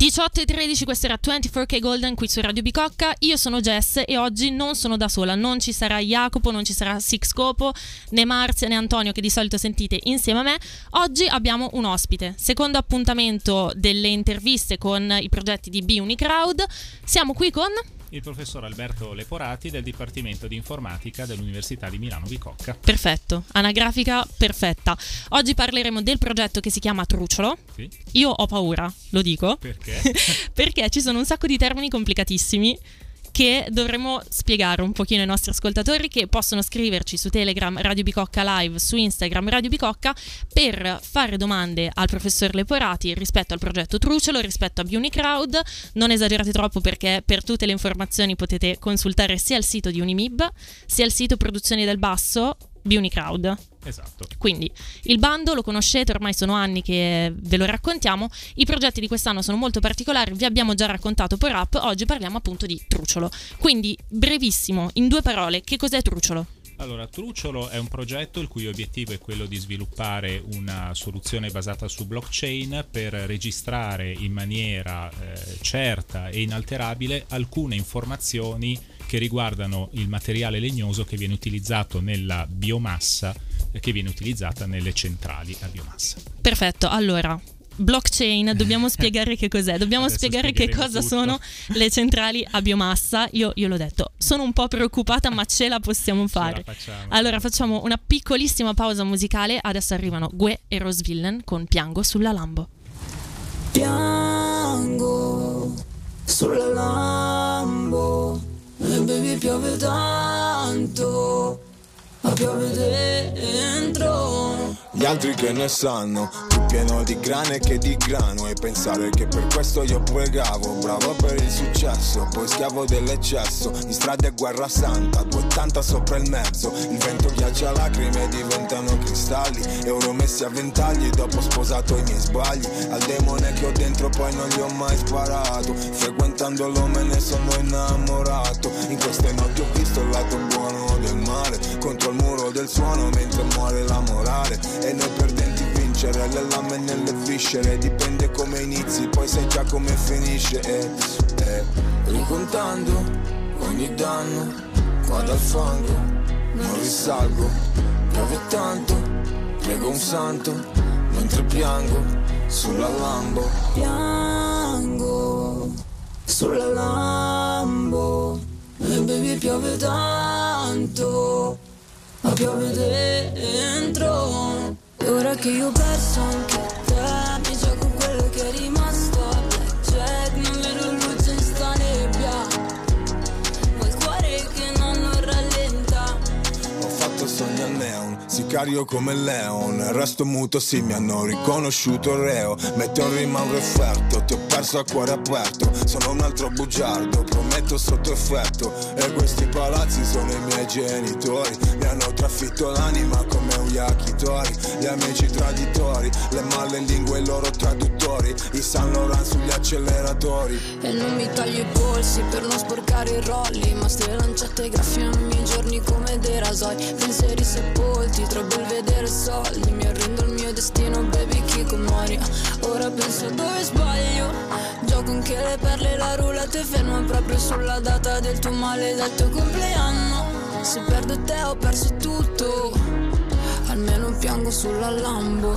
18:13, questo era 24K Golden qui su Radio Bicocca. Io sono Jess e oggi non sono da sola, non ci sarà Jacopo, non ci sarà Six Copo, né Marzia né Antonio che di solito sentite insieme a me. Oggi abbiamo un ospite, secondo appuntamento delle interviste con i progetti di B-Unicrowd. Siamo qui con il professor Alberto Leporati del Dipartimento di Informatica dell'Università di Milano Bicocca. Perfetto, anagrafica perfetta. Oggi parleremo del progetto che si chiama Truciolo. Sì. Io ho paura, lo dico. Perché? Perché ci sono un sacco di termini complicatissimi che dovremo spiegare un pochino ai nostri ascoltatori, che possono scriverci su Telegram Radio Bicocca Live, su Instagram Radio Bicocca, per fare domande al professor Leporati rispetto al progetto Truciolo, rispetto a B-Unicrowd. Non esagerate troppo, perché per tutte le informazioni potete consultare sia il sito di Unimib sia il sito Produzioni del Basso B-Unicrowd. Esatto. Quindi il bando lo conoscete, ormai sono anni che ve lo raccontiamo. I progetti di quest'anno sono molto particolari, vi abbiamo già raccontato per app. Oggi parliamo appunto di Truciolo. Quindi brevissimo, in 2 parole, che cos'è Truciolo? Allora, Truciolo è un progetto il cui obiettivo è quello di sviluppare una soluzione basata su blockchain per registrare in maniera certa e inalterabile alcune informazioni che riguardano il materiale legnoso che viene utilizzato nella biomassa, che viene utilizzata nelle centrali a biomassa. Perfetto, allora blockchain, dobbiamo spiegare che cos'è, dobbiamo spiegare che cosa tutto. sono le centrali a biomassa. Io l'ho detto, sono un po' preoccupata, ma ce la possiamo fare. Allora facciamo una piccolissima pausa musicale. Adesso arrivano Gue e Rose Villain con Piango sulla Lambo. Piango sulla Lambo e baby piove tanto, ma piove dentro. Gli altri che ne sanno, più pieno di grane che di grano. E pensare che per questo io pregavo, bravo per il successo, poi schiavo dell'eccesso. In strada è guerra santa, 280 sopra il mezzo. Il vento ghiaccia lacrime, diventano cristalli. Euro messi a ventagli, dopo sposato i miei sbagli. Al demone che ho dentro poi non gli ho mai sparato. Frequentandolo me ne sono innamorato. In queste notti ho visto il lato buono del male, contro il muro del suono mentre muore la morale. E noi perdenti vincere, le lame nelle viscere. Dipende come inizi, poi sai già come finisce. Ricontando ogni danno, qua dal fango non risalgo. Piove tanto, prego un santo, mentre piango sulla Lambo. Piango sulla Lambo e baby piove tanto, ma piove dentro. E ora che io ho perso anche te, mi gioco quello che è rimasto a blackjack. Non vedo luce in sta nebbia, ho il cuore che non rallenta. Ho fatto sogni al neon, sicario come Leon. Resto muto, sì, mi hanno riconosciuto reo. Metto in rima un referto, ti ho perso a cuore aperto. Sono un altro bugiardo, prometto sotto effetto. E questi palazzi sono i miei genitori, mi hanno trafitto l'anima come un yakitori. Gli amici traditori, le male lingue i loro traduttori. I Saint Laurent sugli acceleratori. E non mi taglio i polsi per non sporcare i rolli, ma ste lancette graffiano i miei giorni come dei rasoi. Pensieri sepolti, troppo il vedere soldi. Mi arrendo al mio destino, baby, chi muori. Ora penso dove sbaglio, gioco anche le perle, la roulette ferma proprio sulla data del tuo maledetto compleanno. Se perdo te ho perso tutto, almeno piango sulla Lambo.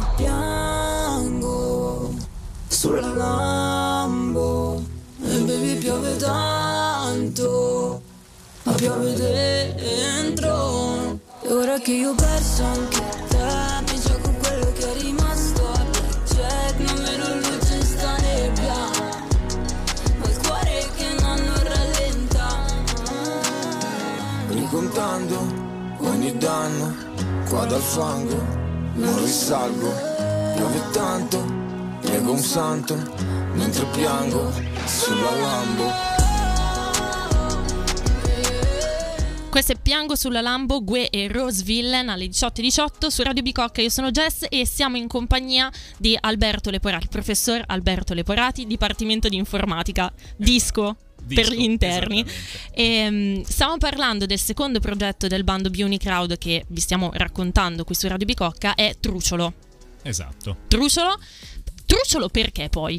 Piango sulla Lambo e baby piove tanto, ma piove dentro. E ora che io ho perso anche te, mi gioco quello che è rimasto a blackjack. Non vedo luce in sta nebbia, ho il cuore che non rallenta. Ricontando ogni danno, qua dal fango non risalgo. Piove tanto, prego un santo, mentre piango sulla Lambo. Questo è Piango sulla Lambo, Gue e Rose Villain alle 18:18 su Radio Bicocca. Io sono Jess e siamo in compagnia di Alberto Leporati, professor Alberto Leporati, Dipartimento di Informatica, Disco per gli interni. E, stiamo parlando del secondo progetto del bando B-Unicrowd che vi stiamo raccontando qui su Radio Bicocca, è Truciolo. Esatto. Truciolo perché poi?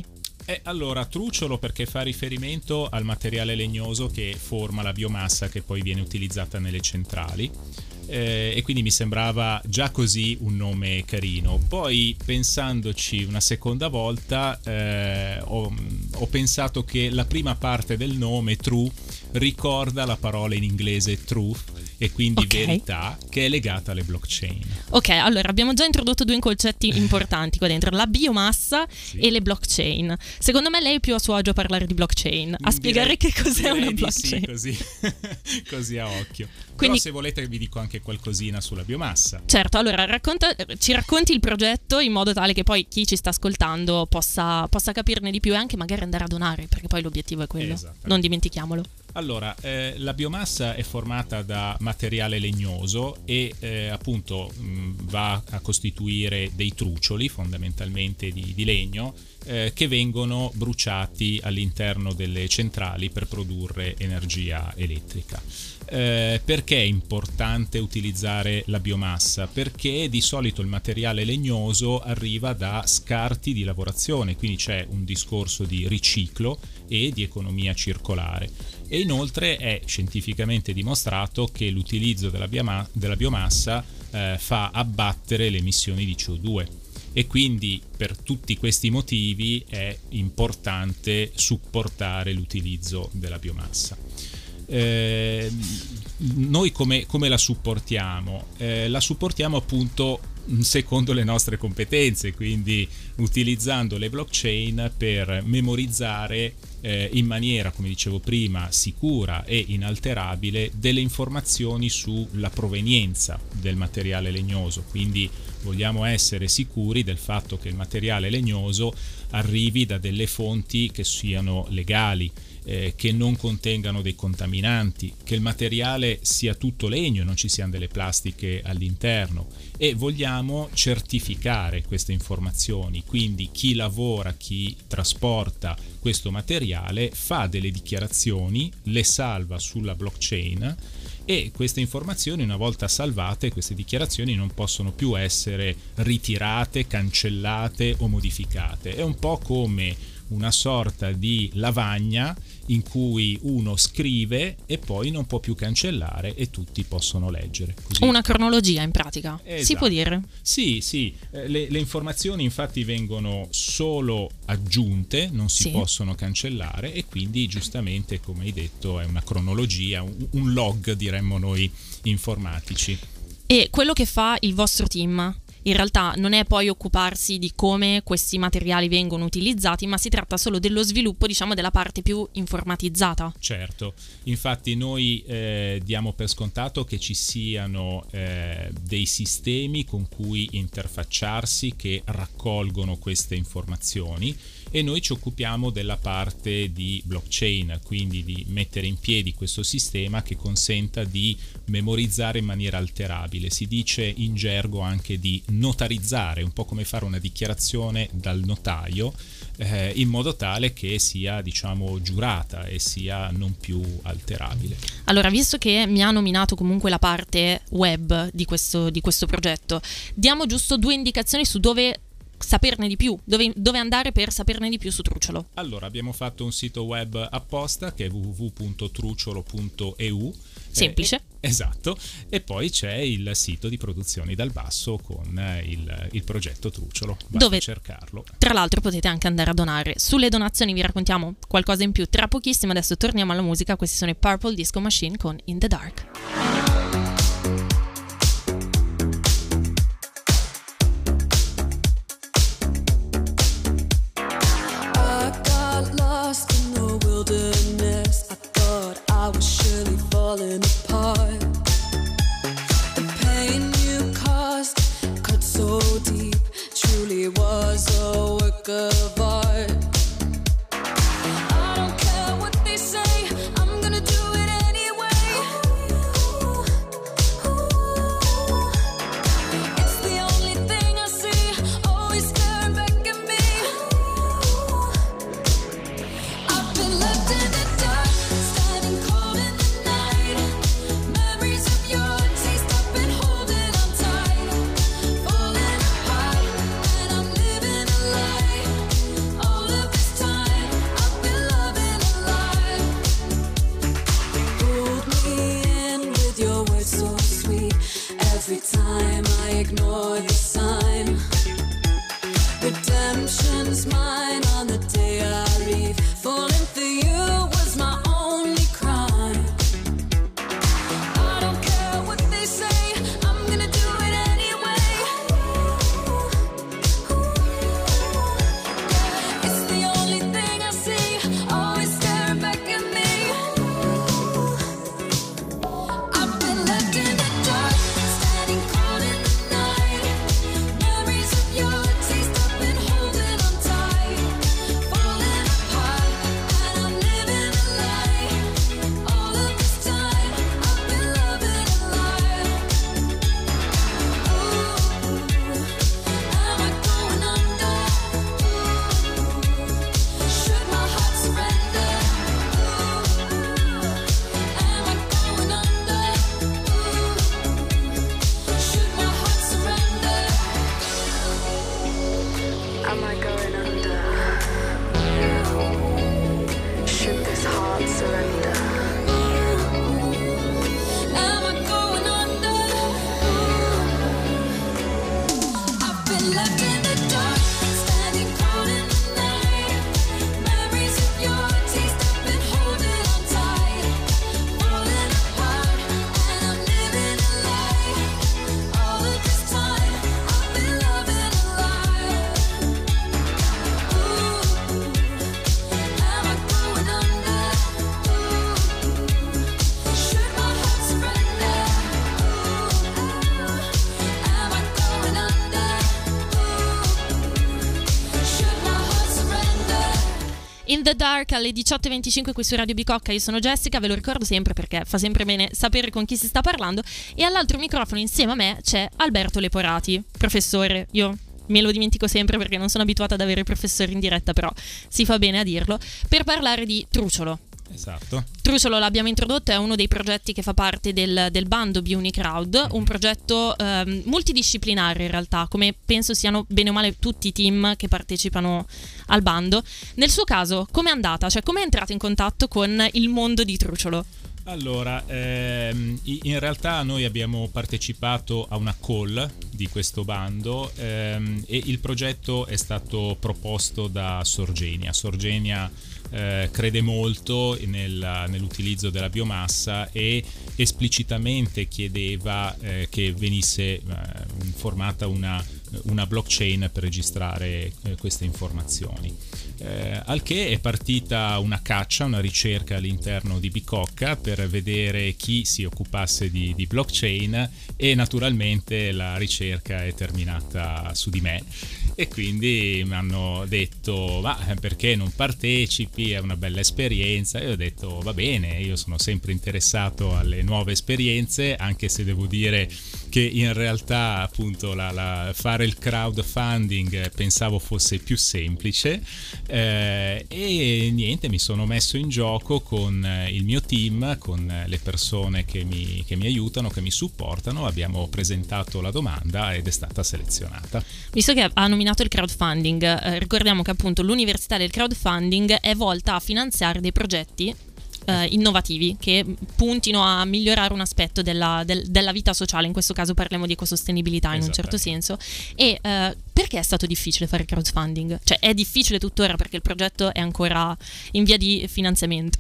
Allora, truciolo perché fa riferimento al materiale legnoso che forma la biomassa che poi viene utilizzata nelle centrali. E quindi mi sembrava già così un nome carino. Poi, pensandoci una seconda volta, ho pensato che la prima parte del nome, true, ricorda la parola in inglese truth, e quindi verità, che è legata alle blockchain. Ok, allora abbiamo già introdotto due concetti importanti qua dentro, la biomassa e le blockchain. Secondo me lei è più a suo agio a parlare di blockchain, a spiegare che cos'è una blockchain. Sì, così a occhio. Quindi, però se volete vi dico anche qualcosina sulla biomassa. Certo, allora ci racconti il progetto in modo tale che poi chi ci sta ascoltando possa capirne di più e anche magari andare a donare, perché poi l'obiettivo è quello, non dimentichiamolo. Allora, la biomassa è formata da materiale legnoso e appunto va a costituire dei trucioli fondamentalmente di legno che vengono bruciati all'interno delle centrali per produrre energia elettrica. Perché è importante utilizzare la biomassa? Perché di solito il materiale legnoso arriva da scarti di lavorazione, quindi c'è un discorso di riciclo e di economia circolare. E inoltre è scientificamente dimostrato che l'utilizzo della biomassa fa abbattere le emissioni di CO2. E quindi per tutti questi motivi è importante supportare l'utilizzo della biomassa. Noi come la supportiamo? La supportiamo appunto secondo le nostre competenze, quindi utilizzando le blockchain per memorizzare in maniera, come dicevo prima, sicura e inalterabile delle informazioni sulla provenienza del materiale legnoso. Quindi vogliamo essere sicuri del fatto che il materiale legnoso arrivi da delle fonti che siano legali, che non contengano dei contaminanti, che il materiale sia tutto legno e non ci siano delle plastiche all'interno, e vogliamo certificare queste informazioni. Quindi chi lavora, chi trasporta questo materiale fa delle dichiarazioni, le salva sulla blockchain, e queste informazioni, una volta salvate, queste dichiarazioni non possono più essere ritirate, cancellate o modificate. È un po' come una sorta di lavagna in cui uno scrive e poi non può più cancellare e tutti possono leggere. Così. Una cronologia in pratica, esatto. Si può dire? Sì. Le informazioni infatti vengono solo aggiunte, non si possono cancellare, e quindi giustamente, come hai detto, è una cronologia, un log, diremmo noi informatici. E quello che fa il vostro team in realtà non è poi occuparsi di come questi materiali vengono utilizzati, ma si tratta solo dello sviluppo, diciamo, della parte più informatizzata. Certo, infatti noi diamo per scontato che ci siano dei sistemi con cui interfacciarsi che raccolgono queste informazioni, e noi ci occupiamo della parte di blockchain, quindi di mettere in piedi questo sistema che consenta di memorizzare in maniera alterabile. Si dice in gergo anche di notarizzare, un po' come fare una dichiarazione dal notaio, in modo tale che sia, diciamo, giurata e sia non più alterabile. Allora, visto che mi ha nominato comunque la parte web di questo progetto, diamo giusto due indicazioni su dove saperne di più, dove andare per saperne di più su Truciolo. Allora, abbiamo fatto un sito web apposta che è www.truciolo.eu. Semplice. Esatto, e poi c'è il sito di Produzioni dal Basso con il progetto Truciolo, basta dove cercarlo. Tra l'altro potete anche andare a donare. Sulle donazioni vi raccontiamo qualcosa in più tra pochissimo. Adesso torniamo alla musica, questi sono i Purple Disco Machine con In the Dark. Falling apart. The pain you caused cut so deep, truly was a work of art. I don't care what they say, I'm gonna do it anyway. the Dark alle 18:25 qui su Radio Bicocca. Io sono Jessica, ve lo ricordo sempre perché fa sempre bene sapere con chi si sta parlando, e all'altro microfono insieme a me c'è Alberto Leporati, professore. Io me lo dimentico sempre perché non sono abituata ad avere professori in diretta, però si fa bene a dirlo, per parlare di Truciolo. Esatto. Truciolo l'abbiamo introdotto, è uno dei progetti che fa parte del bando BUniCrowd, un progetto multidisciplinare in realtà, come penso siano bene o male tutti i team che partecipano al bando. Nel suo caso, com'è andata? Cioè, come è entrato in contatto con il mondo di Truciolo? Allora, in realtà noi abbiamo partecipato a una call di questo bando e il progetto è stato proposto da Sorgenia. Sorgenia crede molto nell'utilizzo della biomassa e esplicitamente chiedeva che venisse formata una blockchain per registrare queste informazioni. Al che è partita una caccia, una ricerca all'interno di Bicocca per vedere chi si occupasse di blockchain, e naturalmente la ricerca è terminata su di me, e quindi mi hanno detto: ma perché non partecipi, è una bella esperienza. E ho detto: va bene, io sono sempre interessato alle nuove esperienze, anche se devo dire che in realtà appunto fare il crowdfunding pensavo fosse più semplice, e niente, mi sono messo in gioco con il mio team, con le persone che mi aiutano, che mi supportano. Abbiamo presentato la domanda ed è stata selezionata. Visto che ha nominato il crowdfunding, ricordiamo che appunto l'università del crowdfunding è volta a finanziare dei progetti innovativi che puntino a migliorare un aspetto della vita sociale. In questo caso parliamo di ecosostenibilità in un certo senso. E perché è stato difficile fare crowdfunding? Cioè, è difficile tuttora perché il progetto è ancora in via di finanziamento?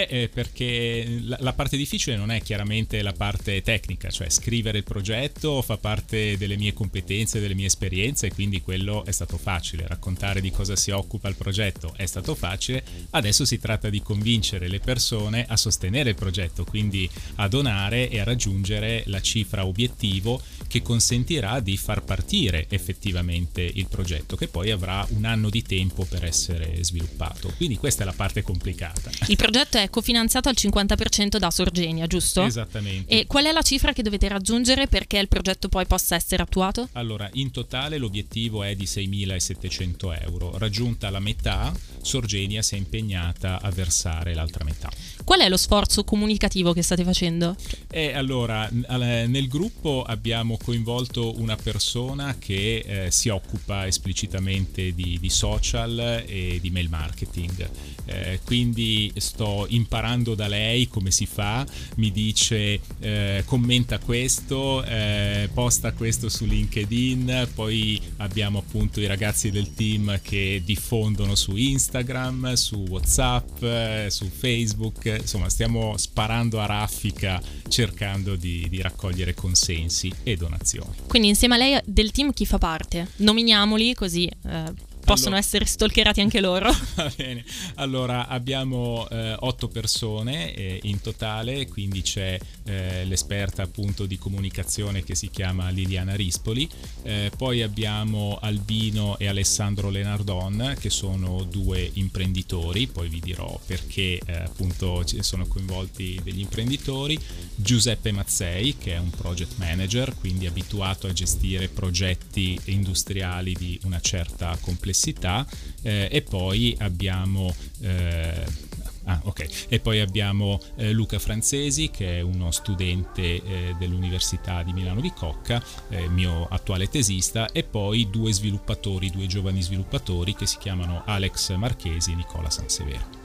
Perché la parte difficile non è chiaramente la parte tecnica, cioè scrivere il progetto fa parte delle mie competenze, delle mie esperienze, e quindi quello è stato facile. Raccontare di cosa si occupa il progetto è stato facile. Adesso si tratta di convincere le persone a sostenere il progetto, quindi a donare e a raggiungere la cifra obiettivo che consentirà di far partire effettivamente il progetto, che poi avrà un anno di tempo per essere sviluppato. Quindi questa è la parte complicata. Il progetto è cofinanziato al 50% da Sorgenia, giusto? Esattamente. E qual è la cifra che dovete raggiungere perché il progetto poi possa essere attuato? Allora, in totale l'obiettivo è di 6.700 euro. Raggiunta la metà, Sorgenia si è impegnata a versare l'altra metà. Qual è lo sforzo comunicativo che state facendo? Allora, nel gruppo abbiamo coinvolto una persona che si occupa esplicitamente di social e di mail marketing. Quindi sto imparando da lei come si fa. Mi dice: commenta questo, posta questo su LinkedIn. Poi abbiamo appunto i ragazzi del team che diffondono su Instagram, su WhatsApp, su Facebook. Insomma, stiamo sparando a raffica cercando di raccogliere consensi e donazioni. Quindi insieme a lei del team chi fa parte? Nominiamoli così possono essere stalkerati anche loro. Va bene. Allora, abbiamo 8 persone in totale, quindi c'è l'esperta appunto di comunicazione che si chiama Liliana Rispoli, poi abbiamo Albino e Alessandro Lenardon, che sono 2 imprenditori, poi vi dirò perché appunto ci sono coinvolti degli imprenditori, Giuseppe Mazzei, che è un project manager, quindi abituato a gestire progetti industriali di una certa complessità, e poi abbiamo Luca Franzesi, che è uno studente dell'Università di Milano Bicocca, mio attuale tesista, e poi 2 giovani sviluppatori che si chiamano Alex Marchesi e Nicola Sansevero.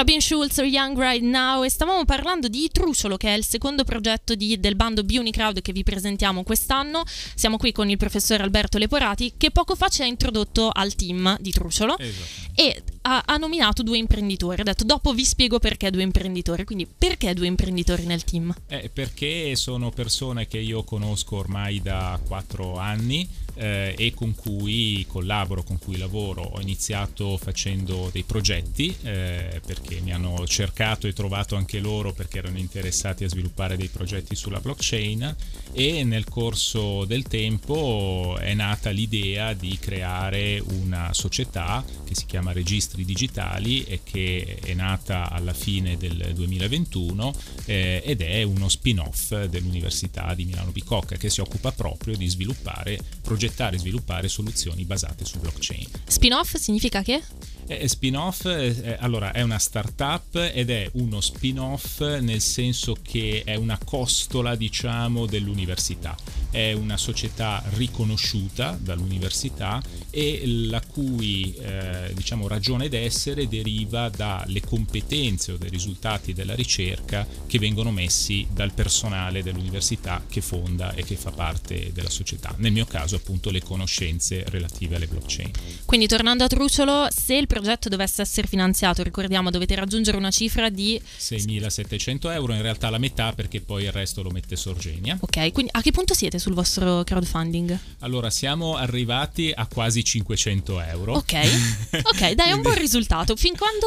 Robin Schulz, Young Right Now, e stavamo parlando di Truciolo, che è il secondo progetto del bando BUniCrowd che vi presentiamo quest'anno. Siamo qui con il professor Alberto Leporati, che poco fa ci ha introdotto al team di Truciolo. E ha nominato 2 imprenditori. Ha detto: dopo vi spiego perché 2 imprenditori. Quindi perché 2 imprenditori nel team? Perché sono persone che io conosco ormai da 4 anni e con cui collaboro, con cui lavoro. Ho iniziato facendo dei progetti perché mi hanno cercato e trovato anche loro, perché erano interessati a sviluppare dei progetti sulla blockchain, e nel corso del tempo è nata l'idea di creare una società che si chiama Registri Digitali e che è nata alla fine del 2021 ed è uno spin-off dell'Università di Milano Bicocca, che si occupa proprio di progettare e sviluppare soluzioni basate su blockchain. Spin-off significa che? Spin-off, allora, è una startup ed è uno spin-off nel senso che è una costola, diciamo, dell'università. È una società riconosciuta dall'università e la cui diciamo ragione d'essere deriva dalle competenze o dai risultati della ricerca che vengono messi dal personale dell'università che fonda e che fa parte della società. Nel mio caso, appunto, le conoscenze relative alle blockchain. Quindi, tornando a Truciolo, se il progetto dovesse essere finanziato, ricordiamo, dovete raggiungere una cifra di 6.700 euro, in realtà la metà, perché poi il resto lo mette Sorgenia. Ok, quindi a che punto siete sul vostro crowdfunding? Allora, siamo arrivati a quasi 500 euro. Ok, dai, è un buon risultato. Fin quando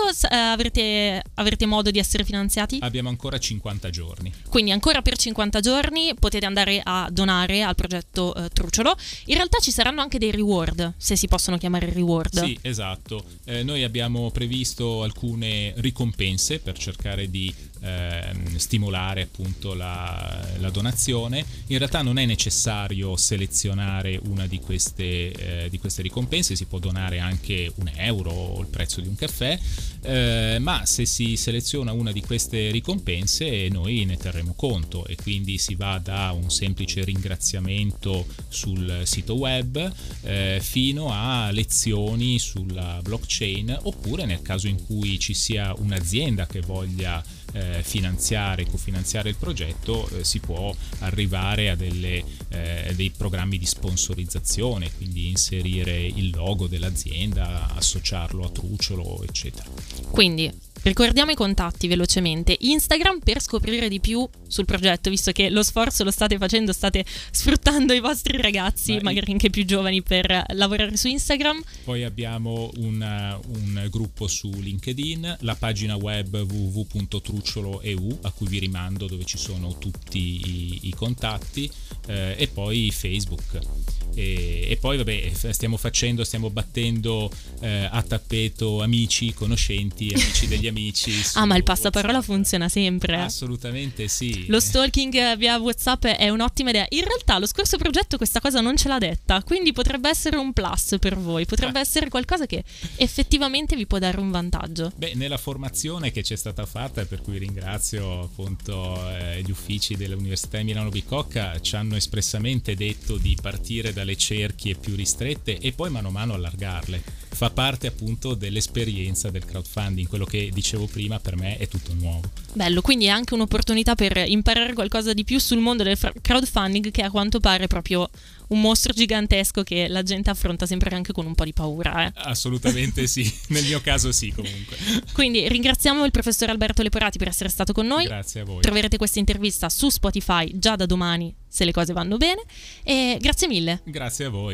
avrete modo di essere finanziati? Abbiamo ancora 50 giorni. Quindi ancora per 50 giorni potete andare a donare al progetto Truciolo. In realtà ci saranno anche dei reward, se si possono chiamare reward. Sì, esatto. Noi abbiamo previsto alcune ricompense per cercare di stimolare appunto la donazione. In realtà non è necessario selezionare una di queste ricompense, si può donare anche €1 o il prezzo di un caffè, ma se si seleziona una di queste ricompense noi ne terremo conto, e quindi si va da un semplice ringraziamento sul sito web fino a lezioni sulla blockchain, oppure nel caso in cui ci sia un'azienda che voglia cofinanziare il progetto, si può arrivare a dei programmi di sponsorizzazione, quindi inserire il logo dell'azienda, associarlo a Truciolo, eccetera. Quindi ricordiamo i contatti velocemente: Instagram per scoprire di più sul progetto, visto che lo sforzo lo state facendo, state sfruttando i vostri ragazzi, magari anche più giovani, per lavorare su Instagram. Poi abbiamo un gruppo su LinkedIn, la pagina web www.truciolo.eu, a cui vi rimando, dove ci sono tutti i contatti, e poi Facebook. E poi stiamo battendo a tappeto amici, conoscenti, amici degli amici. Ma il passaparola funziona sempre. Assolutamente sì. Lo stalking via WhatsApp è un'ottima idea. In realtà lo scorso progetto questa cosa non ce l'ha detta, quindi potrebbe essere un plus per voi, potrebbe essere qualcosa che effettivamente vi può dare un vantaggio. Nella formazione che ci è stata fatta, per cui ringrazio appunto gli uffici dell'Università di Milano Bicocca, ci hanno espressamente detto di partire dalle cerchie più ristrette e poi mano a mano allargarle. Fa parte appunto dell'esperienza del crowdfunding. Quello che dicevo prima, per me è tutto nuovo. Bello, quindi è anche un'opportunità per imparare qualcosa di più sul mondo del crowdfunding, che a quanto pare è proprio un mostro gigantesco che la gente affronta sempre anche con un po' di paura. Assolutamente sì, nel mio caso sì, comunque. Quindi ringraziamo il professor Alberto Leporati per essere stato con noi. Grazie a voi. Troverete questa intervista su Spotify già da domani, se le cose vanno bene, e grazie mille. Grazie a voi.